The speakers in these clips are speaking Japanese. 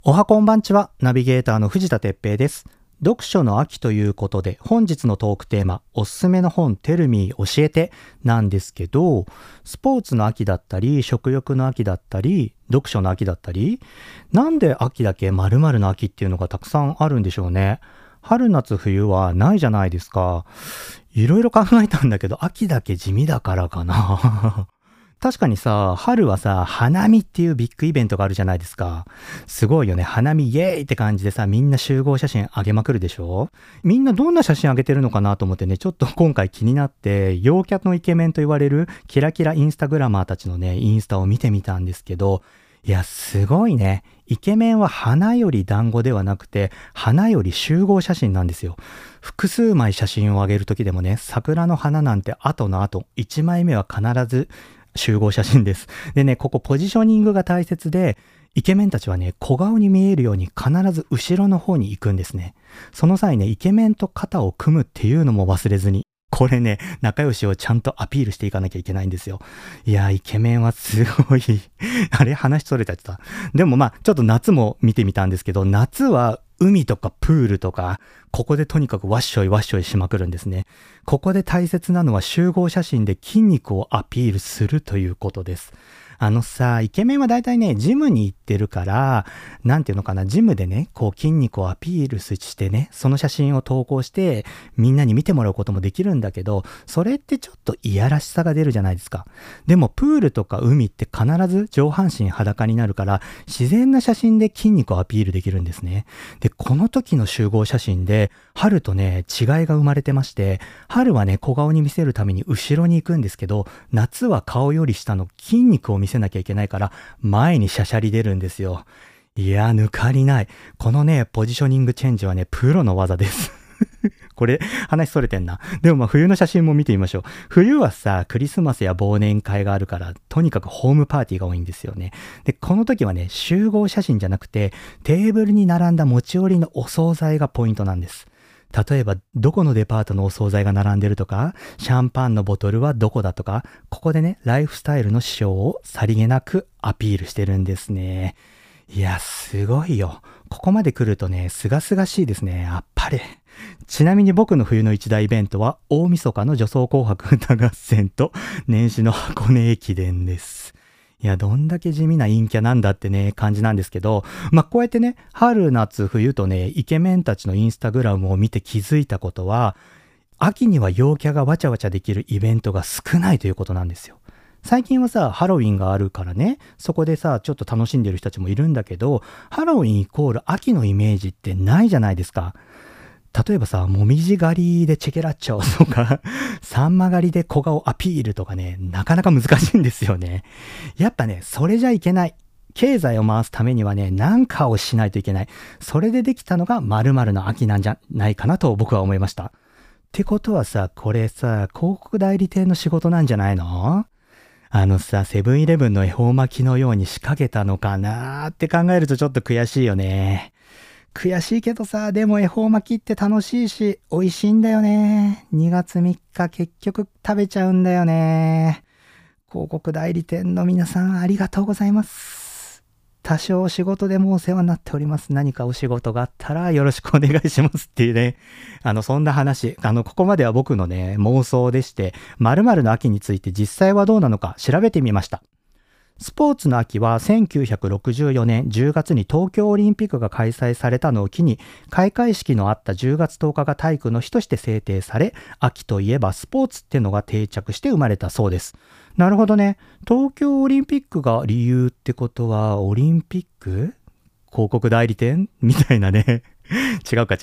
おはこんばんちは、ナビゲーターの藤田哲平です。読書の秋ということで、本日のトークテーマ、おすすめの本テルミー教えてなんですけど、スポーツの秋だったり、食欲の秋だったり、読書の秋だったり、なんで秋だけ〇〇の秋っていうのがたくさんあるんでしょうね。春夏冬はないじゃないですか。いろいろ考えたんだけど、秋だけ地味だからかな。確かにさ、春はさ、花見っていうビッグイベントがあるじゃないですか。すごいよね。花見イエーイって感じでさ、みんな集合写真あげまくるでしょ。みんなどんな写真あげてるのかなと思ってね、ちょっと今回気になって、陽キャのイケメンと言われるキラキラインスタグラマーたちのね、インスタを見てみたんですけど、いや、すごいね。イケメンは花より団子ではなくて、花より集合写真なんですよ。複数枚写真をあげるときでもね、桜の花なんて後の後、1枚目は必ず集合写真です。でね、ここポジショニングが大切で、イケメンたちはね、小顔に見えるように必ず後ろの方に行くんですね。その際ね、イケメンと肩を組むっていうのも忘れずに。これね、仲良しをちゃんとアピールしていかなきゃいけないんですよ。いや、イケメンはすごいあれ話それちゃった。でもまあ、ちょっと夏も見てみたんですけど、夏は海とかプールとか、ここでとにかくワッショイワッショイしまくるんですね。ここで大切なのは集合写真で筋肉をアピールするということです。イケメンは大体ね、ジムに行ってるから、なんていうのかな、ジムでね、こう筋肉をアピールしてね、その写真を投稿して、みんなに見てもらうこともできるんだけど、それってちょっといやらしさが出るじゃないですか。でも、プールとか海って必ず上半身裸になるから、自然な写真で筋肉をアピールできるんですね。で、この時の集合写真で、春とね、違いが生まれてまして、春はね、小顔に見せるために後ろに行くんですけど、夏は顔より下の筋肉を見せなきゃいけないから、前にシャシャリ出るんですよ。いや、抜かりない。このね、ポジショニングチェンジはね、プロの技です。これ、話それてんな。でもまあ冬の写真も見てみましょう。冬はさ、クリスマスや忘年会があるから、とにかくホームパーティーが多いんですよね。で、この時はね、集合写真じゃなくて、テーブルに並んだ持ち寄りのお惣菜がポイントなんです。例えば、どこのデパートのお惣菜が並んでるとか、シャンパンのボトルはどこだとか、ここでね、ライフスタイルの指標をさりげなくアピールしてるんですね。いや、すごいよ。ここまで来るとね、すがすがしいですね。やっぱり。ちなみに僕の冬の一大イベントは、大晦日の女装紅白歌合戦と、年始の箱根駅伝です。いや、どんだけ地味な陰キャなんだってね、感じなんですけど、まあ、こうやってね、春、夏、冬とね、イケメンたちのインスタグラムを見て気づいたことは、秋には陽キャがわちゃわちゃできるイベントが少ないということなんですよ。最近はさ、ハロウィンがあるからね、そこでさ、ちょっと楽しんでる人たちもいるんだけど、ハロウィンイコール秋のイメージってないじゃないですか。例えばさ、もみじ狩りでチェケラッチョとか、サンマ狩りで小顔アピールとかね、なかなか難しいんですよね。やっぱね、それじゃいけない。経済を回すためにはね、何かをしないといけない。それでできたのが〇〇の秋なんじゃないかなと僕は思いました。ってことはさ、これさ、広告代理店の仕事なんじゃないの？セブンイレブンの恵方巻きのように仕掛けたのかなーって考えるとちょっと悔しいよね。悔しいけどさ、でも恵方巻きって楽しいし、美味しいんだよね。2月3日結局食べちゃうんだよね。広告代理店の皆さんありがとうございます。多少お仕事でもお世話になっております。何かお仕事があったらよろしくお願いしますっていうね。そんな話。ここまでは僕のね、妄想でして、〇〇の秋について実際はどうなのか調べてみました。スポーツの秋は1964年10月に東京オリンピックが開催されたのを機に、開会式のあった10月10日が体育の日として制定され、秋といえばスポーツってのが定着して生まれたそうです。なるほどね。東京オリンピックが理由ってことは、オリンピック広告代理店みたいなね。違うか。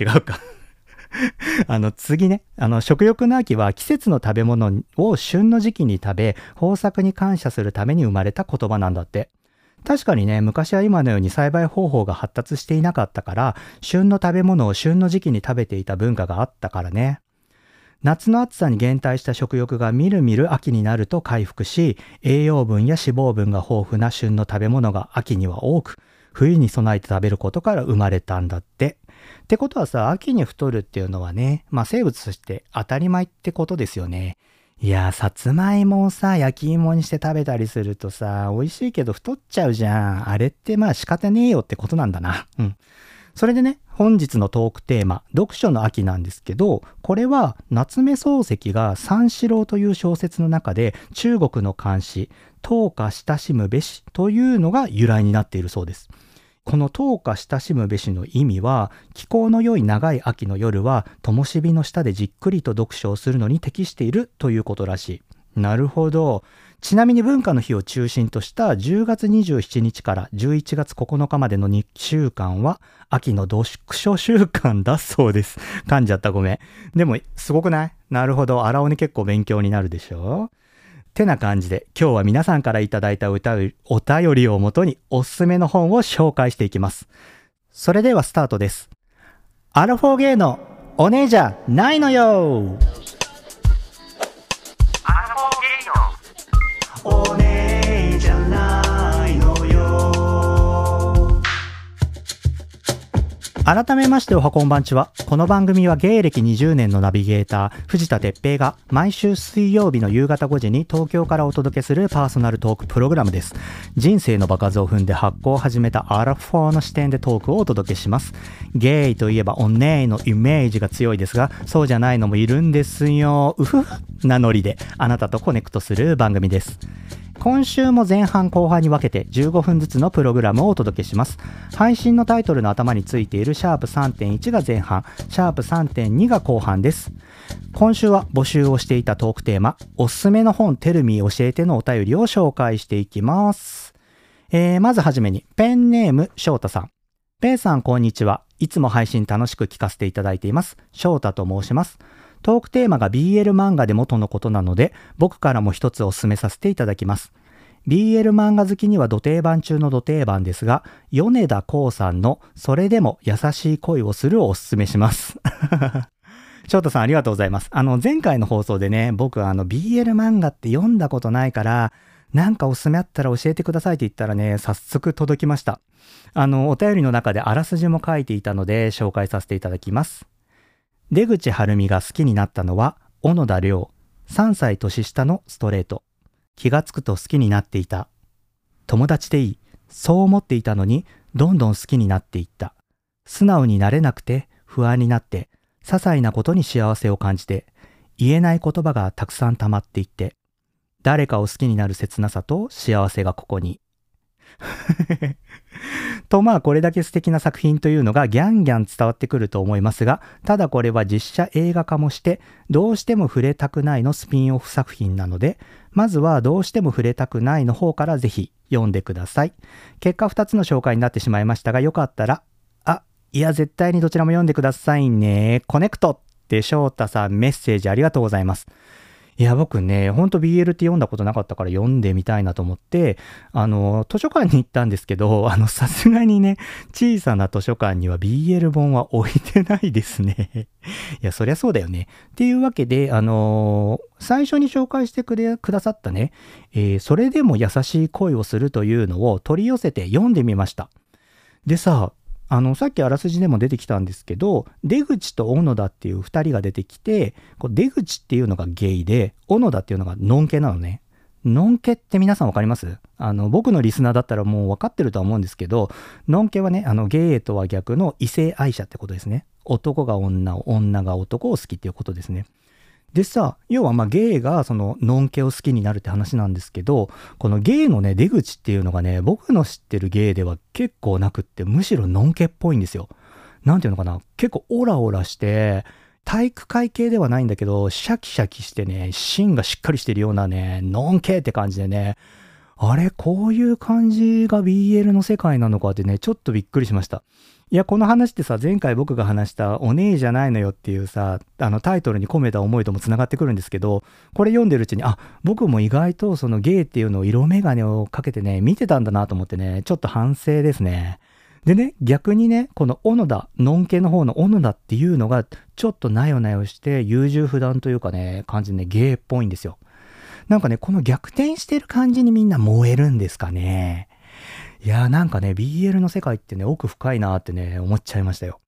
次ね、食欲の秋は季節の食べ物を旬の時期に食べ、豊作に感謝するために生まれた言葉なんだって。確かにね、昔は今のように栽培方法が発達していなかったから、旬の食べ物を旬の時期に食べていた文化があったからね。夏の暑さに減退した食欲がみるみる秋になると回復し、栄養分や脂肪分が豊富な旬の食べ物が秋には多く、冬に備えて食べることから生まれたんだって。ってことはさ、秋に太るっていうのはね、まあ生物として当たり前ってことですよね。 いや、さつまいもをさ、焼き芋にして食べたりするとさ、美味しいけど太っちゃうじゃん。あれってまあ仕方ねえよってことなんだな。うん。それでね、本日のトークテーマ、読書の秋なんですけど、これは夏目漱石が三四郎という小説の中で中国の漢詩、等価親しむべしというのが由来になっているそうです。この等価親しむべしの意味は、気候の良い長い秋の夜は、灯火の下でじっくりと読書をするのに適しているということらしい。なるほど。ちなみに文化の日を中心とした10月27日から11月9日までの2週間は、秋の読書週間だそうです。噛んじゃった、ごめん。でも、すごくない？なるほど。荒尾に結構勉強になるでしょ？てな感じで、今日は皆さんからいただいたお便りをもとにおすすめの本を紹介していきます。それではスタートです。アラフォーゲイのお姉じゃないのよ。アラフォーゲイのお姉じゃないのよ。改めましておはこんばんちは。この番組は芸歴20年のナビゲーター藤田哲平が毎週水曜日の夕方5時に東京からお届けするパーソナルトークプログラムです。人生の場数を踏んで発行を始めたアラフォーの視点でトークをお届けします。ゲイといえばお姉のイメージが強いですが、そうじゃないのもいるんですよ。うふふなノリであなたとコネクトする番組です。今週も前半後半に分けて15分ずつのプログラムをお届けします。配信のタイトルの頭についているシャープ 3.1 が前半、シャープ 3.2 が後半です。今週は募集をしていたトークテーマ、おすすめの本テルミー教えてのお便りを紹介していきます。まずはじめにペンネーム翔太さん。ペイさんこんにちは。いつも配信楽しく聞かせていただいています。翔太と申します。トークテーマが BL 漫画で元のことなので、僕からも一つお勧めさせていただきます。BL 漫画好きにはド定番中のド定番ですが、米田光さんのそれでも優しい恋をするをお勧めします。翔太さんありがとうございます。前回の放送でね、僕BL 漫画って読んだことないから、なんかおすすめあったら教えてくださいって言ったらね、早速届きました。お便りの中であらすじも書いていたので紹介させていただきます。出口晴美が好きになったのは小野田涼、3歳年下のストレート。気がつくと好きになっていた。友達でいい。そう思っていたのにどんどん好きになっていった。素直になれなくて不安になって、些細なことに幸せを感じて、言えない言葉がたくさん溜まっていって、誰かを好きになる切なさと幸せがここに。とまあこれだけ素敵な作品というのがギャンギャン伝わってくると思いますが、ただこれは実写映画化もしてどうしても触れたくないのスピンオフ作品なので、まずはどうしても触れたくないの方からぜひ読んでください。結果2つの紹介になってしまいましたが、よかったらいや絶対にどちらも読んでくださいね。コネクトって翔太さんメッセージありがとうございます。いや僕ね、ほんと BL って読んだことなかったから読んでみたいなと思って、図書館に行ったんですけど、さすがにね、小さな図書館には BL 本は置いてないですね。いや、そりゃそうだよね。っていうわけで、最初に紹介してくださったね、それでも優しい恋をするというのを取り寄せて読んでみました。でさ、さっきあらすじでも出てきたんですけど、出口と小野田っていう二人が出てきて、出口っていうのがゲイで、小野田っていうのがノンケなのね。ノンケって皆さんわかります？僕のリスナーだったらもうわかってるとは思うんですけど、ノンケはね、ゲイとは逆の異性愛者ってことですね。男が女を、女が男を好きっていうことですね。でさ、要はゲイがそのノンケを好きになるって話なんですけど、このゲイのね出口っていうのがね、僕の知ってるゲイでは結構なくって、むしろノンケっぽいんですよ。なんていうのかな、結構オラオラして体育会系ではないんだけど、シャキシャキしてね、芯がしっかりしてるようなね、ノンケって感じでね、あれこういう感じが BL の世界なのかってね、ちょっとびっくりしました。いや、この話ってさ、前回僕が話したお姉じゃないのよっていうさ、タイトルに込めた思いともつながってくるんですけど、これ読んでるうちに、僕も意外とそのゲイっていうのを色眼鏡をかけてね、見てたんだなと思ってね、ちょっと反省ですね。でね、逆にね、この小野田、ノン系の方の小野田っていうのが、ちょっとなよなよして優柔不断というかね、感じでね、ゲイっぽいんですよ。なんかね、この逆転してる感じにみんな燃えるんですかね。いやーなんかね、BL の世界ってね、奥深いなーってね、思っちゃいましたよ。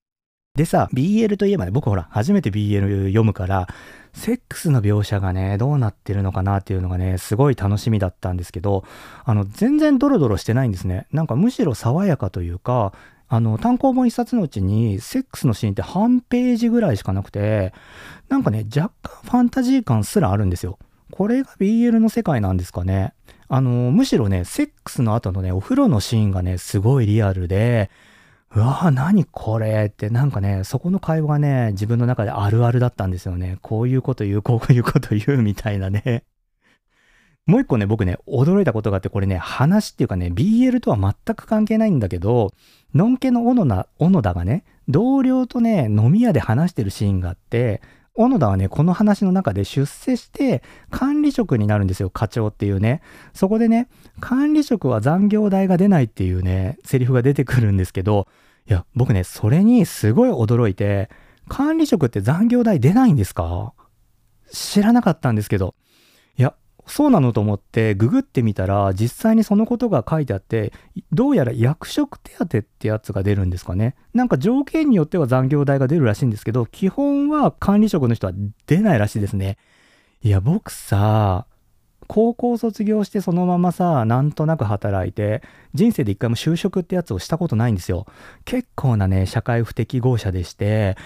でさ、BL といえばね、僕ほら、初めて BL 読むから、セックスの描写がね、どうなってるのかなっていうのがね、すごい楽しみだったんですけど、全然ドロドロしてないんですね。なんかむしろ爽やかというか、単行本一冊のうちに、セックスのシーンって半ページぐらいしかなくて、なんかね、若干ファンタジー感すらあるんですよ。これが BL の世界なんですかね。むしろね、セックスの後のね、お風呂のシーンがね、すごいリアルで、うわぁ、何これって、なんかね、そこの会話がね、自分の中であるあるだったんですよね。こういうこと言う、こういうこと言うみたいなね。もう一個ね、僕ね、驚いたことがあって、これね、話っていうかね、BL とは全く関係ないんだけど、のんけの小野田がね、同僚とね、飲み屋で話してるシーンがあって、小野田はね、この話の中で出世して管理職になるんですよ、課長っていうね。そこでね、管理職は残業代が出ないっていうね、セリフが出てくるんですけど、いや、僕ね、それにすごい驚いて、管理職って残業代出ないんですか？知らなかったんですけど。いや、そうなのと思ってググってみたら実際にそのことが書いてあって、どうやら役職手当ってやつが出るんですかね。なんか条件によっては残業代が出るらしいんですけど、基本は管理職の人は出ないらしいですね。いや、僕さ、高校卒業してそのままさ、なんとなく働いて、人生で一回も就職ってやつをしたことないんですよ。結構なね、社会不適合者でして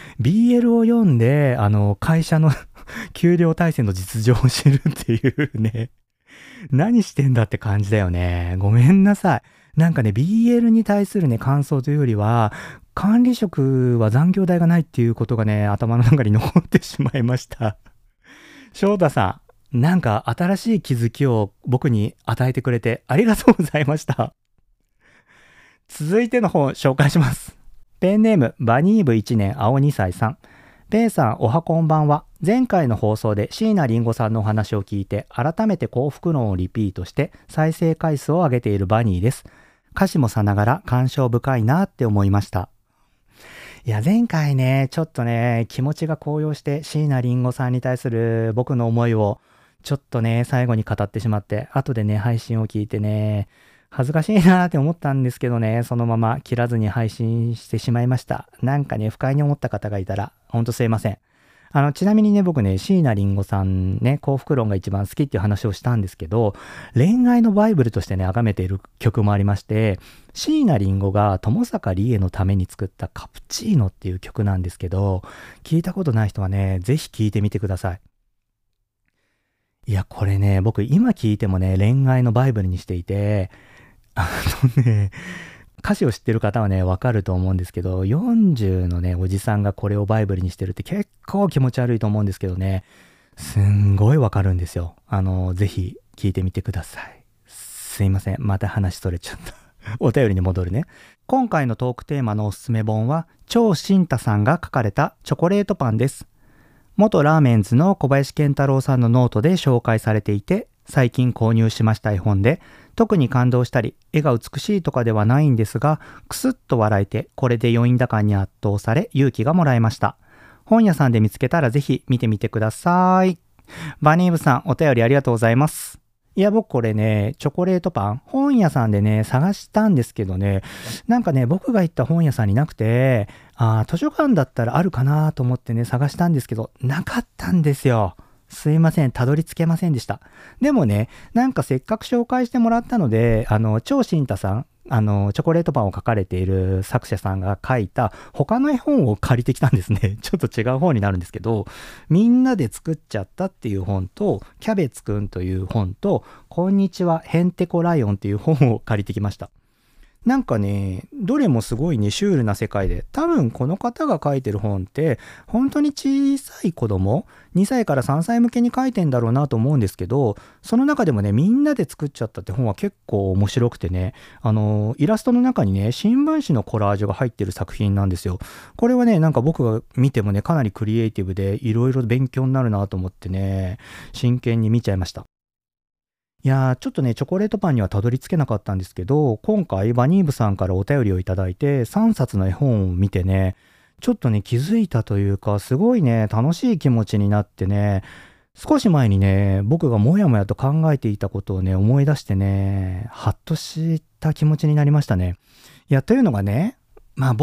、BL を読んで、会社の給料体制の実情を知るっていうね、何してんだって感じだよね。ごめんなさい。なんかね、BL に対するね、感想というよりは、管理職は残業代がないっていうことがね、頭の中に残ってしまいました。翔太さん、なんか新しい気づきを僕に与えてくれてありがとうございました。続いての本紹介します。ペンネームバニーブ1年青2歳さん。ペイさんおはこんばんは。前回の放送で椎名林檎さんのお話を聞いて改めて幸福論をリピートして再生回数を上げているバニーです。歌詞もさながら感傷深いなって思いました。いや前回ねちょっとね気持ちが高揚して椎名林檎さんに対する僕の思いをちょっとね最後に語ってしまって、後でね配信を聞いてね恥ずかしいなーって思ったんですけどね、そのまま切らずに配信してしまいました。なんかね、不快に思った方がいたら、ほんとすいません。ちなみにね、僕ね、椎名林檎さんね、幸福論が一番好きっていう話をしたんですけど、恋愛のバイブルとしてね、崇めている曲もありまして、椎名林檎が友坂理恵のために作ったカプチーノっていう曲なんですけど、聞いたことない人はね、ぜひ聞いてみてください。いや、これね、僕今聞いてもね、恋愛のバイブルにしていて、あね、歌詞を知ってる方はね、わかると思うんですけど、40のね、おじさんがこれをバイブルにしてるって結構気持ち悪いと思うんですけどね、すんごいわかるんですよ。ぜひ聞いてみてください。すいません。また話それちゃった。お便りに戻るね。今回のトークテーマのおすすめ本は、超新太さんが書かれたチョコレートパンです。元ラーメンズの小林健太郎さんのノートで紹介されていて、最近購入しました絵本で、特に感動したり、絵が美しいとかではないんですが、くすっと笑えて、これで余韻高に圧倒され、勇気がもらえました。本屋さんで見つけたらぜひ見てみてください。バニーブさん、お便りありがとうございます。いや、僕これね、チョコレートパン、本屋さんでね、探したんですけどね、なんかね、僕が行った本屋さんになくて、図書館だったらあるかなと思ってね、探したんですけど、なかったんですよ。すいません、たどり着けませんでした。でもね、なんかせっかく紹介してもらったので、超新太さん、チョコレートパンを書かれている作者さんが書いた他の絵本を借りてきたんですね。ちょっと違う本になるんですけど、みんなで作っちゃったっていう本と、キャベツくんという本と、こんにちはヘンテコライオンっていう本を借りてきました。なんかね、どれもすごいね、シュールな世界で、多分この方が書いてる本って、本当に小さい子供、2歳から3歳向けに書いてんだろうなと思うんですけど、その中でもね、みんなで作っちゃったって本は結構面白くてね、イラストの中にね、新聞紙のコラージュが入ってる作品なんですよ。これはね、なんか僕が見てもね、かなりクリエイティブで、いろいろ勉強になるなと思ってね、真剣に見ちゃいました。いやー、ちょっとね、チョコレートパンにはたどり着けなかったんですけど、今回バニーブさんからお便りをいただいて、3冊の絵本を見てね、ちょっとね、気づいたというか、すごいね、楽しい気持ちになってね、少し前にね、僕がもやもやと考えていたことをね、思い出してね、ハッとした気持ちになりましたね。いや、というのがね、まあ僕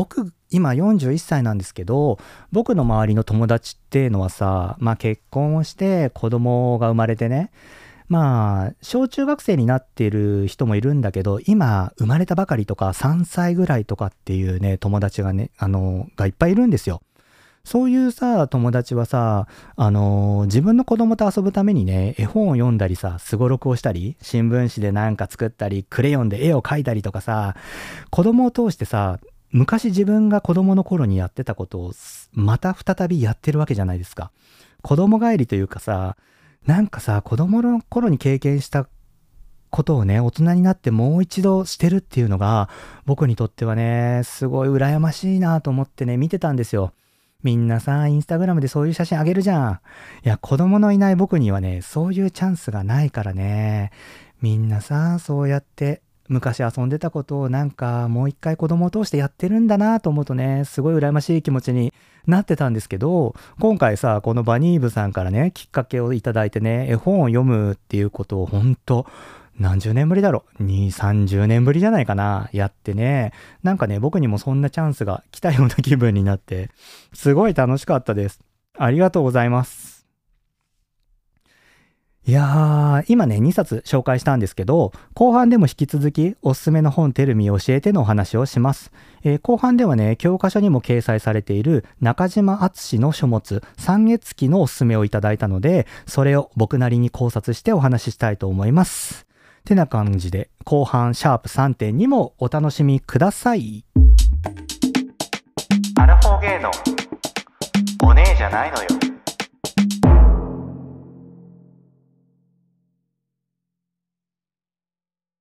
今41歳なんですけど、僕の周りの友達っていうのはさ、結婚をして子供が生まれてね、小中学生になっている人もいるんだけど、今生まれたばかりとか3歳ぐらいとかっていうね、友達がね、がいっぱいいるんですよ。そういうさ、友達はさ、自分の子供と遊ぶためにね、絵本を読んだりさ、すごろくをしたり、新聞紙でなんか作ったり、クレヨンで絵を描いたりとかさ、子供を通してさ、昔自分が子供の頃にやってたことをまた再びやってるわけじゃないですか。子供帰りというかさ、なんかさ、子供の頃に経験したことをね、大人になってもう一度してるっていうのが、僕にとってはね、すごい羨ましいなと思ってね、見てたんですよ。みんなさ、インスタグラムでそういう写真あげるじゃん。いや、子供のいない僕にはね、そういうチャンスがないからね。みんなさ、そうやって昔遊んでたことをなんかもう一回子供を通してやってるんだなと思うとね、すごい羨ましい気持ちになってたんですけど、今回さ、このバニーブさんからね、きっかけをいただいてね、絵本を読むっていうことを何十年ぶりだろう ?2、30年ぶりじゃないかなやってね。なんかね、僕にもそんなチャンスが来たような気分になって、すごい楽しかったです。ありがとうございます。いやー、今ね、2冊紹介したんですけど、後半でも引き続きおすすめの本テルミ教えてのお話をします。後半ではね、教科書にも掲載されている中島敦の書物、三月期のおすすめをいただいたので、それを僕なりに考察してお話ししたいと思います。てな感じで、後半シャープ 3.2 もお楽しみください。 アラフォーゲイのお姉じゃないのよ。